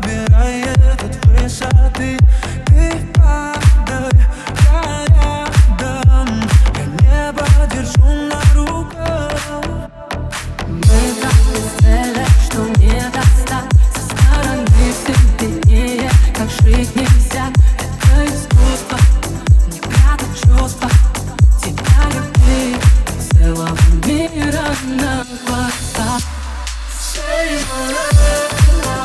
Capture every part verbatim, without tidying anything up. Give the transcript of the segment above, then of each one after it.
набирает от высоты. Ты падай, я рядом, я небо держу на руках. Мы как бесцелье, что не достать. Со стороны сильнее, как жить нельзя. Это искусство, не прятать чувства. Тебя любви и целого мира на глазах. Say my love.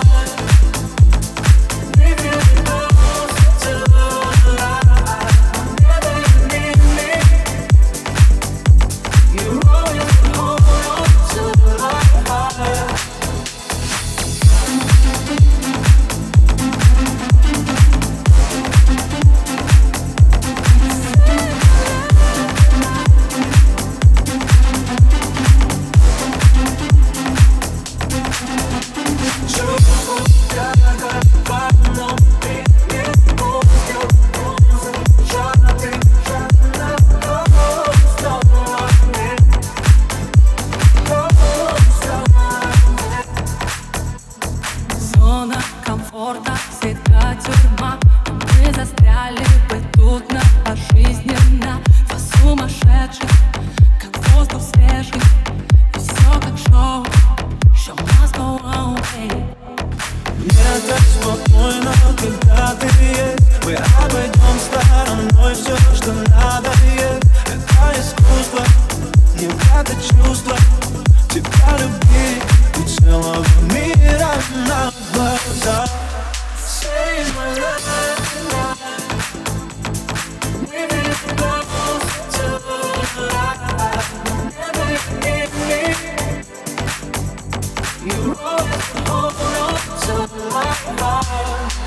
Зона комфорта, всегда тюрьма. Мы застряли бы тут на пожизненно. Два сумасшедших, как воздух свежий. И все как шоу, show must go on, baby. Мне так спокойно, когда ты есть. Мы обойдем стороной все, что надоест. Это искусство, не прятать чувства. Тебя любви и целого мира на глазах. Say my love, we really close to life. Never give me. You always hold on to my heart.